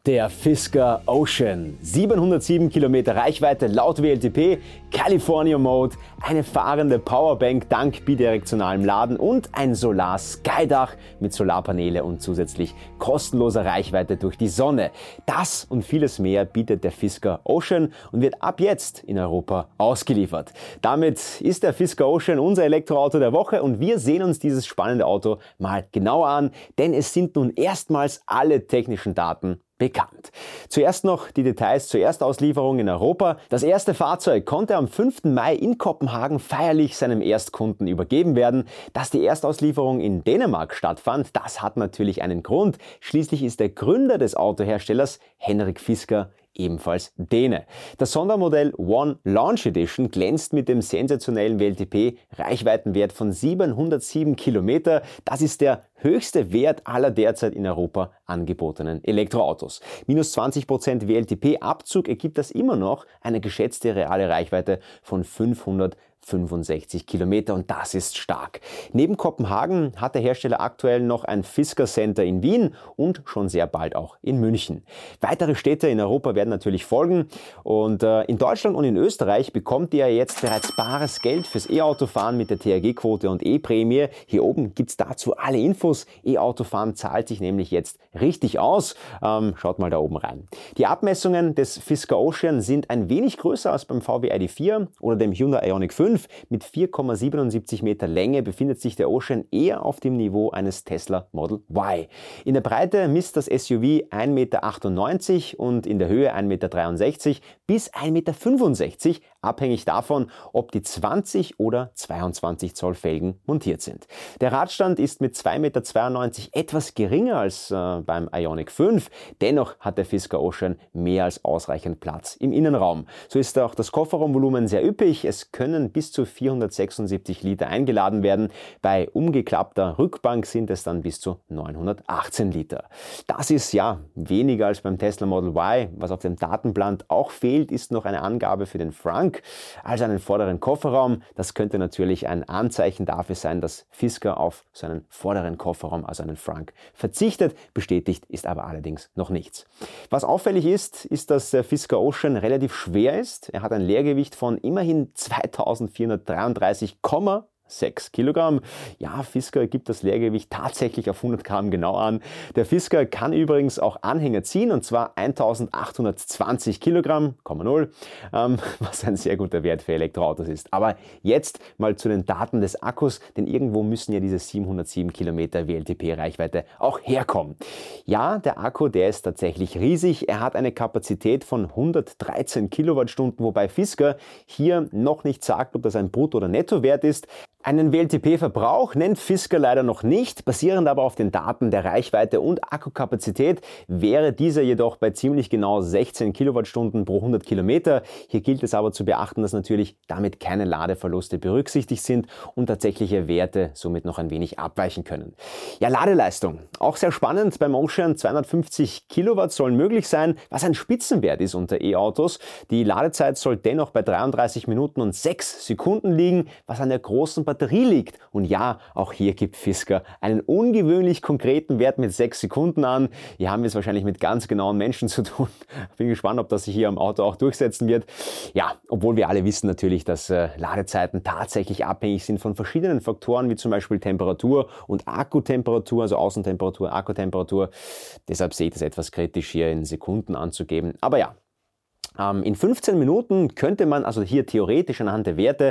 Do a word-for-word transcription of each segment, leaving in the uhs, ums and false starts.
Der Fisker Ocean. siebenhundertsieben Kilometer Reichweite laut W L T P, California Mode, eine fahrende Powerbank dank bidirektionalem Laden und ein Solar-Skydach mit Solarpaneele und zusätzlich kostenloser Reichweite durch die Sonne. Das und vieles mehr bietet der Fisker Ocean und wird ab jetzt in Europa ausgeliefert. Damit ist der Fisker Ocean unser Elektroauto der Woche und wir sehen uns dieses spannende Auto mal genauer an, denn es sind nun erstmals alle technischen Daten bekannt. Zuerst noch die Details zur Erstauslieferung in Europa. Das erste Fahrzeug konnte am fünften Mai in Kopenhagen feierlich seinem Erstkunden übergeben werden. Dass die Erstauslieferung in Dänemark stattfand, das hat natürlich einen Grund. Schließlich ist der Gründer des Autoherstellers, Henrik Fisker, ebenfalls Däne. Das Sondermodell One Launch Edition glänzt mit dem sensationellen W L T P-Reichweitenwert von siebenhundertsieben Kilometer. Das ist der höchste Wert aller derzeit in Europa angebotenen Elektroautos. Minus zwanzig Prozent W L T P-Abzug ergibt das immer noch eine geschätzte reale Reichweite von fünfhundertfünfundsechzig Kilometer und das ist stark. Neben Kopenhagen hat der Hersteller aktuell noch ein Fisker Center in Wien und schon sehr bald auch in München. Weitere Städte in Europa werden natürlich folgen und äh, in Deutschland und in Österreich bekommt ihr jetzt bereits bares Geld fürs E-Autofahren mit der T H G-Quote und E-Prämie. Hier oben gibt's dazu alle Infos. E-Autofahren zahlt sich nämlich jetzt richtig aus. Ähm, schaut mal da oben rein. Die Abmessungen des Fisker Ocean sind ein wenig größer als beim V W I D vier oder dem Hyundai Ioniq fünf. Mit vier Komma siebenundsiebzig Meter Länge befindet sich der Ocean eher auf dem Niveau eines Tesla Model Y. In der Breite misst das S U V ein Meter achtundneunzig und in der Höhe ein Meter dreiundsechzig bis ein Meter fünfundsechzig, abhängig davon, ob die zwanzig oder zweiundzwanzig Zoll Felgen montiert sind. Der Radstand ist mit zwei Meter zweiundneunzig etwas geringer als äh, beim Ioniq fünf. Dennoch hat der Fisker Ocean mehr als ausreichend Platz im Innenraum. So ist auch das Kofferraumvolumen sehr üppig. Es können bis zu vierhundertsechsundsiebzig Liter eingeladen werden. Bei umgeklappter Rückbank sind es dann bis zu neunhundertachtzehn Liter. Das ist ja weniger als beim Tesla Model Y. Was auf dem Datenblatt auch fehlt, ist noch eine Angabe für den Frunk, also einen vorderen Kofferraum. Das könnte natürlich ein Anzeichen dafür sein, dass Fisker auf seinen vorderen Kofferraum, also einen Frunk, verzichtet. Bestätigt ist aber allerdings noch nichts. Was auffällig ist, ist, dass der Fisker Ocean relativ schwer ist. Er hat ein Leergewicht von immerhin zweitausendvierhundertdreiunddreißig Komma sechs Kilogramm. Ja, Fisker gibt das Leergewicht tatsächlich auf hundert Gramm genau an. Der Fisker kann übrigens auch Anhänger ziehen und zwar eintausendachthundertzwanzig Kilogramm, null, ähm, was ein sehr guter Wert für Elektroautos ist. Aber jetzt mal zu den Daten des Akkus, denn irgendwo müssen ja diese siebenhundertsieben Kilometer W L T P-Reichweite auch herkommen. Ja, der Akku, der ist tatsächlich riesig. Er hat eine Kapazität von hundertdreizehn Kilowattstunden, wobei Fisker hier noch nicht sagt, ob das ein Brutto- oder Nettowert ist. Einen W L T P-Verbrauch nennt Fisker leider noch nicht, basierend aber auf den Daten der Reichweite und Akkukapazität wäre dieser jedoch bei ziemlich genau sechzehn Kilowattstunden pro hundert Kilometer. Hier gilt es aber zu beachten, dass natürlich damit keine Ladeverluste berücksichtigt sind und tatsächliche Werte somit noch ein wenig abweichen können. Ja, Ladeleistung. Auch sehr spannend. Beim Ocean zweihundertfünfzig Kilowatt sollen möglich sein, was ein Spitzenwert ist unter E-Autos. Die Ladezeit soll dennoch bei dreiunddreißig Minuten und sechs Sekunden liegen, was an der großen Batterie liegt. Und ja, auch hier gibt Fisker einen ungewöhnlich konkreten Wert mit sechs Sekunden an. Hier haben wir es wahrscheinlich mit ganz genauen Menschen zu tun. Bin gespannt, ob das sich hier am Auto auch durchsetzen wird. Ja, obwohl wir alle wissen natürlich, dass äh, Ladezeiten tatsächlich abhängig sind von verschiedenen Faktoren, wie zum Beispiel Temperatur und Akkutemperatur, also Außentemperatur, Akkutemperatur. Deshalb sehe ich das etwas kritisch, hier in Sekunden anzugeben. Aber ja, ähm, in fünfzehn Minuten könnte man also hier theoretisch anhand der Werte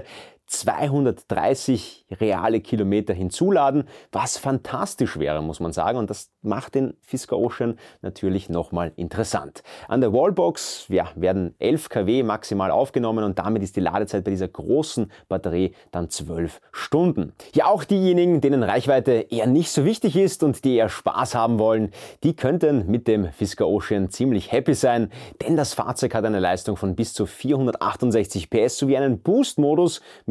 zweihundertdreißig reale Kilometer hinzuladen, was fantastisch wäre, muss man sagen. Und das macht den Fisker Ocean natürlich nochmal interessant. An der Wallbox ja, werden elf Kilowatt maximal aufgenommen und damit ist die Ladezeit bei dieser großen Batterie dann zwölf Stunden. Ja, auch diejenigen, denen Reichweite eher nicht so wichtig ist und die eher Spaß haben wollen, die könnten mit dem Fisker Ocean ziemlich happy sein, denn das Fahrzeug hat eine Leistung von bis zu vierhundertachtundsechzig P S sowie einen Boost-Modus mit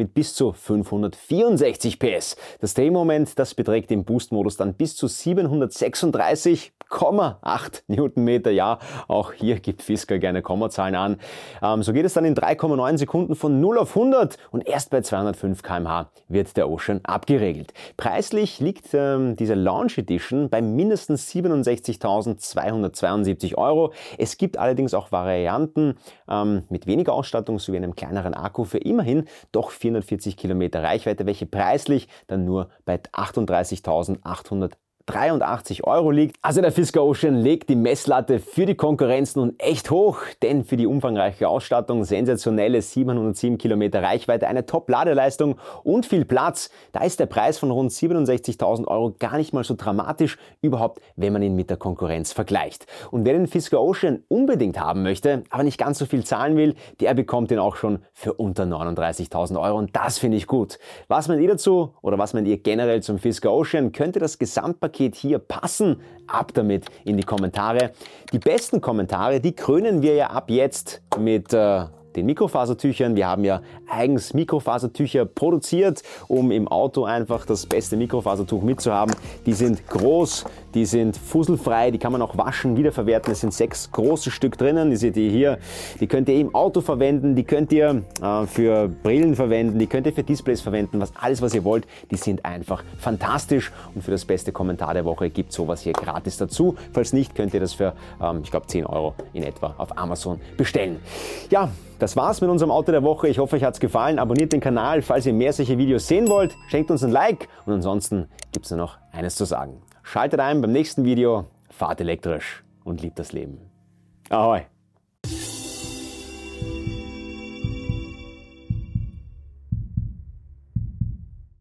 mit bis zu fünfhundertvierundsechzig P S. Das Drehmoment, das beträgt im Boost-Modus dann bis zu siebenhundertsechsunddreißig Komma acht Newtonmeter. Ja, auch hier gibt Fisker gerne Kommazahlen an. Ähm, so geht es dann in drei Komma neun Sekunden von null auf hundert und erst bei zweihundertfünf Kilometer pro Stunde wird der Ocean abgeregelt. Preislich liegt ähm, diese Launch Edition bei mindestens siebenundsechzigtausendzweihundertzweiundsiebzig Euro. Es gibt allerdings auch Varianten ähm, mit weniger Ausstattung sowie einem kleineren Akku für immerhin doch vierhundertvierzig Kilometer Reichweite, welche preislich dann nur bei achtunddreißigtausendachthundertdreiundachtzig Euro liegt. Also der Fisker Ocean legt die Messlatte für die Konkurrenz nun echt hoch, denn für die umfangreiche Ausstattung, sensationelle siebenhundertsieben Kilometer Reichweite, eine Top-Ladeleistung und viel Platz, da ist der Preis von rund siebenundsechzigtausend Euro gar nicht mal so dramatisch, überhaupt wenn man ihn mit der Konkurrenz vergleicht. Und wer den Fisker Ocean unbedingt haben möchte, aber nicht ganz so viel zahlen will, der bekommt ihn auch schon für unter neununddreißigtausend Euro und das finde ich gut. Was meint ihr dazu oder was meint ihr generell zum Fisker Ocean? Könnte das Gesamtpaket hier passen? Ab damit in die Kommentare. Die besten Kommentare, die krönen wir ja ab jetzt mit äh, den Mikrofasertüchern. Wir haben ja eigens Mikrofasertücher produziert, um im Auto einfach das beste Mikrofasertuch mitzuhaben. Die sind groß, die sind fusselfrei, die kann man auch waschen, wiederverwerten. Es sind sechs große Stück drinnen, die seht ihr hier. Die könnt ihr im Auto verwenden, die könnt ihr äh, für Brillen verwenden, die könnt ihr für Displays verwenden, was alles was ihr wollt. Die sind einfach fantastisch und für das beste Kommentar der Woche gibt es sowas hier gratis dazu. Falls nicht, könnt ihr das für, ähm, ich glaube, zehn Euro in etwa auf Amazon bestellen. Ja, das war's mit unserem Auto der Woche. Ich hoffe, euch hat's gefallen. Abonniert den Kanal, falls ihr mehr solche Videos sehen wollt. Schenkt uns ein Like und ansonsten gibt's nur noch eines zu sagen. Schaltet ein beim nächsten Video, fahrt elektrisch und liebt das Leben. Ahoi!